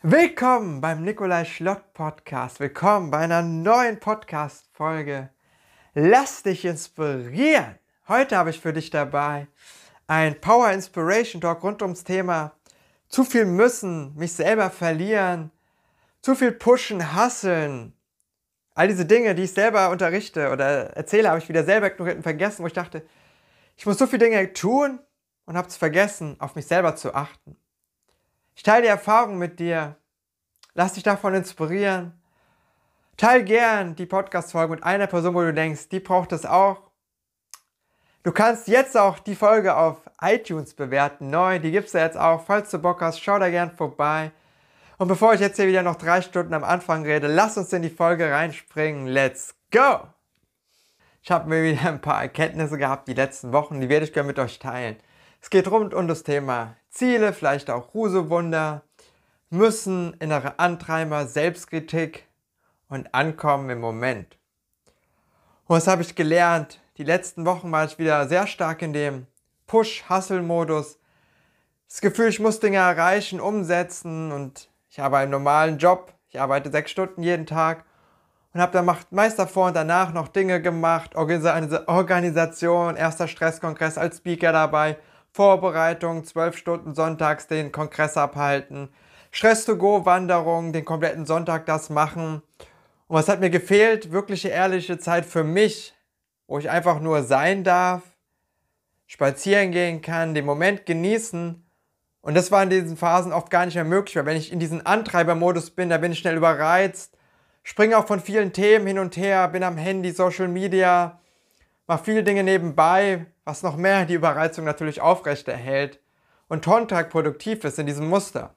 Willkommen beim Nikolai Schlott Podcast. Willkommen bei einer neuen Podcast-Folge. Lass dich inspirieren. Heute habe ich für dich dabei ein Power Inspiration Talk rund ums Thema zu viel müssen, mich selber verlieren, zu viel pushen, hustlen. All diese Dinge, die ich selber unterrichte oder erzähle, habe ich wieder selber ignoriert und vergessen, wo ich dachte, ich muss so viele Dinge tun und habe es vergessen, auf mich selber zu achten. Ich teile die Erfahrung mit dir. Lass dich davon inspirieren. Teil gern die Podcast-Folge mit einer Person, wo du denkst, die braucht es auch. Du kannst jetzt auch die Folge auf iTunes bewerten. Neu, die gibt es ja jetzt auch. Falls du Bock hast, schau da gern vorbei. Und bevor ich jetzt hier wieder noch 3 Stunden am Anfang rede, lass uns in die Folge reinspringen. Let's go! Ich habe mir wieder ein paar Erkenntnisse gehabt die letzten Wochen, die werde ich gerne mit euch teilen. Es geht rund um das Thema Ziele, vielleicht auch Rusewunder, Müssen, innere Antreiber, Selbstkritik und Ankommen im Moment. Und was habe ich gelernt? Die letzten Wochen war ich wieder sehr stark in dem Push-Hustle-Modus. Das Gefühl, ich muss Dinge erreichen, umsetzen und ich habe einen normalen Job. Ich arbeite 6 Stunden jeden Tag und habe dann meist davor und danach noch Dinge gemacht, Organisation, erster Stresskongress als Speaker dabei, Vorbereitung, 12 Stunden sonntags den Kongress abhalten, Stress-to-go-Wanderung, den kompletten Sonntag das machen. Und was hat mir gefehlt? Wirkliche, ehrliche Zeit für mich, wo ich einfach nur sein darf, spazieren gehen kann, den Moment genießen. Und das war in diesen Phasen oft gar nicht mehr möglich, weil wenn ich in diesen Antreibermodus bin, da bin ich schnell überreizt, springe auch von vielen Themen hin und her, bin am Handy, Social Media, mache viele Dinge nebenbei, was noch mehr die Überreizung natürlich aufrechterhält und kontraproduktiv ist in diesem Muster.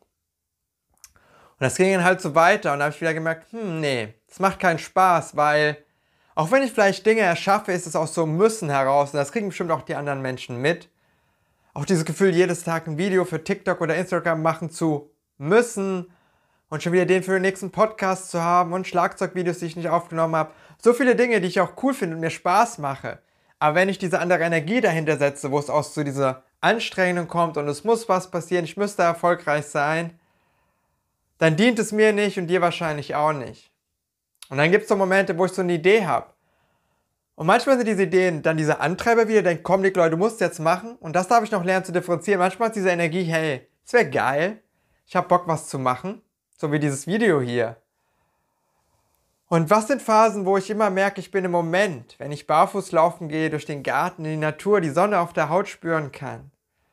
Und das ging dann halt so weiter und da habe ich wieder gemerkt, nee, das macht keinen Spaß, weil auch wenn ich vielleicht Dinge erschaffe, ist es aus so einem Müssen heraus und das kriegen bestimmt auch die anderen Menschen mit. Auch dieses Gefühl, jedes Tag ein Video für TikTok oder Instagram machen zu müssen und schon wieder den für den nächsten Podcast zu haben und Schlagzeugvideos, die ich nicht aufgenommen habe. So viele Dinge, die ich auch cool finde und mir Spaß mache. Aber wenn ich diese andere Energie dahinter setze, wo es aus so dieser Anstrengung kommt und es muss was passieren, ich müsste erfolgreich sein, dann dient es mir nicht und dir wahrscheinlich auch nicht. Und dann gibt es so Momente, wo ich so eine Idee habe. Und manchmal sind diese Ideen dann diese Antreiber wieder, denken, komm Nikolai, du musst es jetzt machen. Und das darf ich noch lernen zu differenzieren. Manchmal ist diese Energie, hey, es wäre geil, ich habe Bock was zu machen. So wie dieses Video hier. Und was sind Phasen, wo ich immer merke, ich bin im Moment, wenn ich barfuß laufen gehe, durch den Garten, in die Natur, die Sonne auf der Haut spüren kann.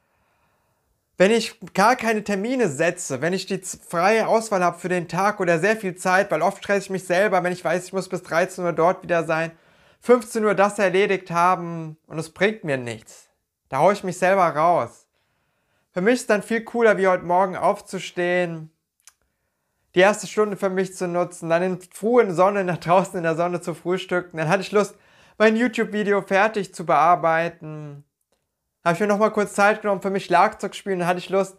Wenn ich gar keine Termine setze, wenn ich die freie Auswahl habe für den Tag oder sehr viel Zeit, weil oft stresse ich mich selber, wenn ich weiß, ich muss bis 13 Uhr dort wieder sein, 15 Uhr das erledigt haben und es bringt mir nichts. Da haue ich mich selber raus. Für mich ist es dann viel cooler, wie heute Morgen aufzustehen, die erste Stunde für mich zu nutzen, dann in frühen Sonne nach draußen in der Sonne zu frühstücken. Dann hatte ich Lust, mein YouTube-Video fertig zu bearbeiten. Habe ich mir nochmal kurz Zeit genommen für mich Schlagzeug spielen. Dann hatte ich Lust,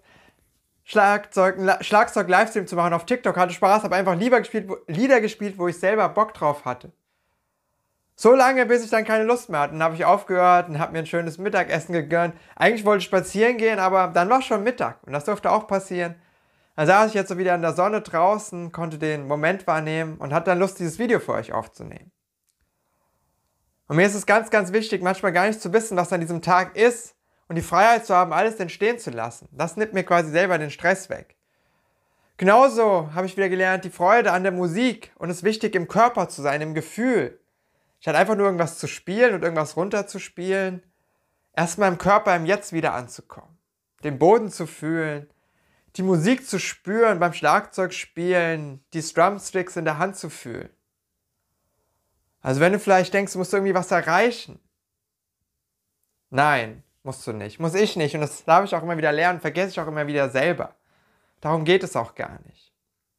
Schlagzeug-Livestream zu machen auf TikTok. Hatte Spaß, habe einfach Lieder gespielt, wo ich selber Bock drauf hatte. So lange, bis ich dann keine Lust mehr hatte. Dann habe ich aufgehört und habe mir ein schönes Mittagessen gegönnt. Eigentlich wollte ich spazieren gehen, aber dann war schon Mittag. Und das durfte auch passieren. Dann saß ich jetzt so wieder in der Sonne draußen, konnte den Moment wahrnehmen und hatte dann Lust, dieses Video für euch aufzunehmen. Und mir ist es ganz, ganz wichtig, manchmal gar nicht zu wissen, was an diesem Tag ist und die Freiheit zu haben, alles entstehen zu lassen. Das nimmt mir quasi selber den Stress weg. Genauso habe ich wieder gelernt, die Freude an der Musik und es ist wichtig, im Körper zu sein, im Gefühl. Statt einfach nur irgendwas zu spielen und irgendwas runterzuspielen, erstmal im Körper im Jetzt wieder anzukommen. Den Boden zu fühlen, die Musik zu spüren beim Schlagzeugspielen, die Drumsticks in der Hand zu fühlen. Also wenn du vielleicht denkst, du musst irgendwie was erreichen. Nein, musst du nicht. Muss ich nicht. Und das darf ich auch immer wieder lernen, vergesse ich auch immer wieder selber. Darum geht es auch gar nicht.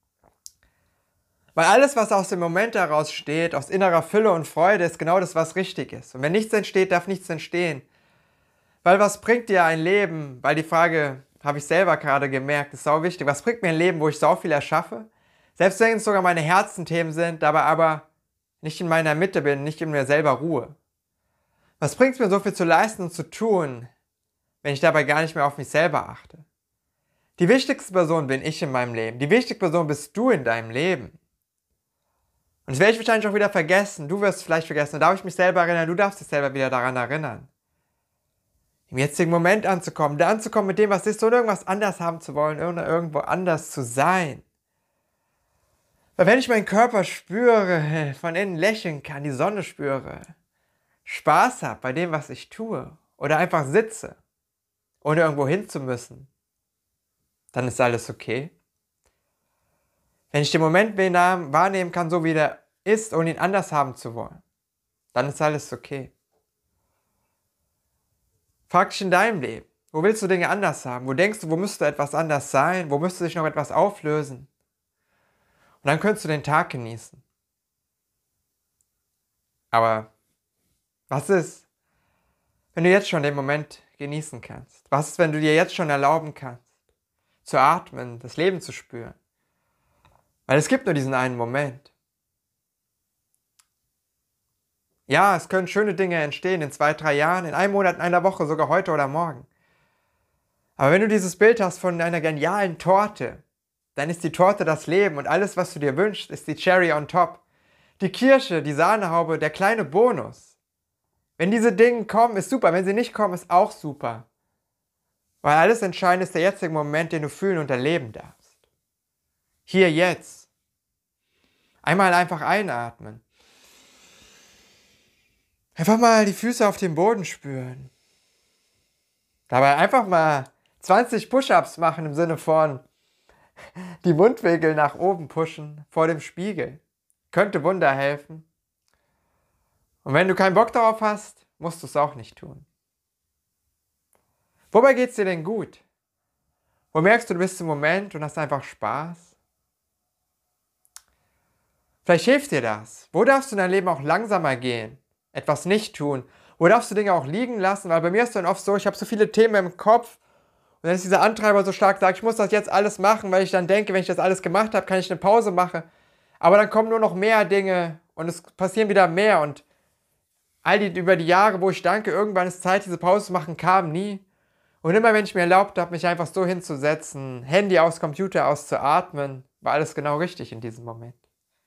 Weil alles, was aus dem Moment heraus steht, aus innerer Fülle und Freude, ist genau das, was richtig ist. Und wenn nichts entsteht, darf nichts entstehen. Weil was bringt dir ein Leben? Weil die Frage, habe ich selber gerade gemerkt, ist sau wichtig. Was bringt mir ein Leben, wo ich so viel erschaffe? Selbst wenn es sogar meine Herzensthemen sind, dabei aber nicht in meiner Mitte bin, nicht in mir selber ruhe. Was bringt es mir, so viel zu leisten und zu tun, wenn ich dabei gar nicht mehr auf mich selber achte? Die wichtigste Person bin ich in meinem Leben. Die wichtigste Person bist du in deinem Leben. Und das werde ich wahrscheinlich auch wieder vergessen. Du wirst es vielleicht vergessen. Dann darf ich mich selber erinnern. Du darfst dich selber wieder daran erinnern. Im jetzigen Moment anzukommen. Da anzukommen mit dem, was ist, ohne irgendwas anders haben zu wollen. Ohne irgendwo anders zu sein. Weil wenn ich meinen Körper spüre, von innen lächeln kann, die Sonne spüre, Spaß habe bei dem, was ich tue, oder einfach sitze, ohne irgendwo hin zu müssen, dann ist alles okay. Wenn ich den Moment wahrnehmen kann, so wie der ist, ohne ihn anders haben zu wollen, dann ist alles okay. Frag dich in deinem Leben, wo willst du Dinge anders haben? Wo denkst du, wo müsste etwas anders sein? Wo müsste sich noch etwas auflösen? Und dann könntest du den Tag genießen. Aber was ist, wenn du jetzt schon den Moment genießen kannst? Was ist, wenn du dir jetzt schon erlauben kannst, zu atmen, das Leben zu spüren? Weil es gibt nur diesen einen Moment. Ja, es können schöne Dinge entstehen in 2, 3 Jahren, in einem Monat, in einer Woche, sogar heute oder morgen. Aber wenn du dieses Bild hast von einer genialen Torte, dann ist die Torte das Leben und alles, was du dir wünschst, ist die Cherry on top. Die Kirsche, die Sahnehaube, der kleine Bonus. Wenn diese Dinge kommen, ist super. Wenn sie nicht kommen, ist auch super. Weil alles Entscheidende ist der jetzige Moment, den du fühlen und erleben darfst. Hier, jetzt. Einmal einfach einatmen. Einfach mal die Füße auf dem Boden spüren. Dabei einfach mal 20 Push-Ups machen im Sinne von die Mundwinkel nach oben pushen vor dem Spiegel. Könnte Wunder helfen. Und wenn du keinen Bock darauf hast, musst du es auch nicht tun. Wobei geht's dir denn gut? Wo merkst du bist im Moment und hast einfach Spaß? Vielleicht hilft dir das. Wo darfst du in deinem Leben auch langsamer gehen? Etwas nicht tun? Wo darfst du Dinge auch liegen lassen? Weil bei mir ist es dann oft so, ich habe so viele Themen im Kopf und dann ist dieser Antreiber so stark, sagt, ich muss das jetzt alles machen, weil ich dann denke, wenn ich das alles gemacht habe, kann ich eine Pause machen. Aber dann kommen nur noch mehr Dinge und es passieren wieder mehr und über die Jahre, wo ich danke, irgendwann ist Zeit, diese Pause zu machen, kam nie. Und immer wenn ich mir erlaubt habe, mich einfach so hinzusetzen, Handy aus, Computer aus, zu atmen, war alles genau richtig in diesem Moment.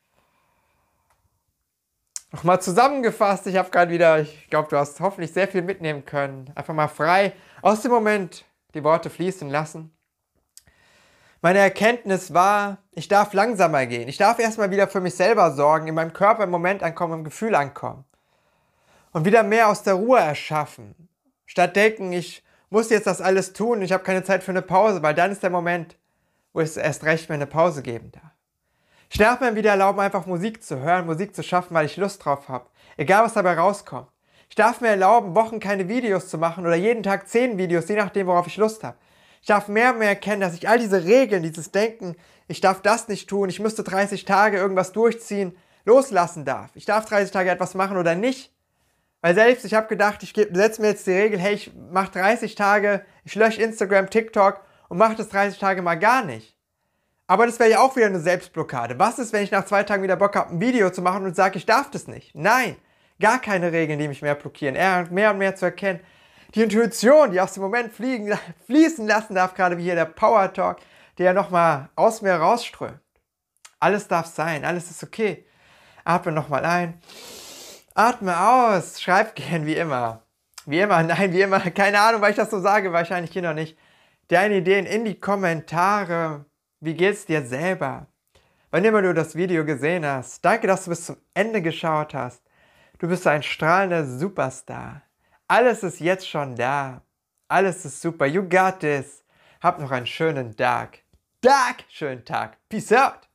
Nochmal zusammengefasst, ich glaube, du hast hoffentlich sehr viel mitnehmen können. Einfach mal frei aus dem Moment die Worte fließen lassen. Meine Erkenntnis war, ich darf langsamer gehen. Ich darf erstmal wieder für mich selber sorgen, in meinem Körper im Moment ankommen, im Gefühl ankommen. Und wieder mehr aus der Ruhe erschaffen. Statt denken, ich muss jetzt das alles tun, ich habe keine Zeit für eine Pause, weil dann ist der Moment, wo ich erst recht mir eine Pause geben darf. Ich darf mir wieder erlauben, einfach Musik zu hören, Musik zu schaffen, weil ich Lust drauf habe. Egal, was dabei rauskommt. Ich darf mir erlauben, Wochen keine Videos zu machen oder jeden Tag 10 Videos, je nachdem, worauf ich Lust habe. Ich darf mehr und mehr erkennen, dass ich all diese Regeln, dieses Denken, ich darf das nicht tun, ich müsste 30 Tage irgendwas durchziehen, loslassen darf. Ich darf 30 Tage etwas machen oder nicht. Weil selbst, ich habe gedacht, ich setze mir jetzt die Regel, hey, ich mache 30 Tage, ich lösche Instagram, TikTok und mache das 30 Tage mal gar nicht. Aber das wäre ja auch wieder eine Selbstblockade. Was ist, wenn ich nach 2 Tagen wieder Bock habe, ein Video zu machen und sage, ich darf das nicht? Nein, gar keine Regeln, die mich mehr blockieren. Mehr und mehr zu erkennen. Die Intuition, die aus dem Moment fließen lassen darf, gerade wie hier der Power Talk, der ja nochmal aus mir rausströmt. Alles darf sein, alles ist okay. Atme nochmal ein. Atme aus. Schreib gern wie immer. Wie immer, nein, wie immer. Keine Ahnung, weil ich das so sage, wahrscheinlich hier noch nicht. Deine Ideen in die Kommentare. Wie geht's dir selber? Wann immer du das Video gesehen hast, danke, dass du bis zum Ende geschaut hast. Du bist ein strahlender Superstar. Alles ist jetzt schon da. Alles ist super. You got this. Hab noch einen schönen Tag. Schönen Tag. Peace out.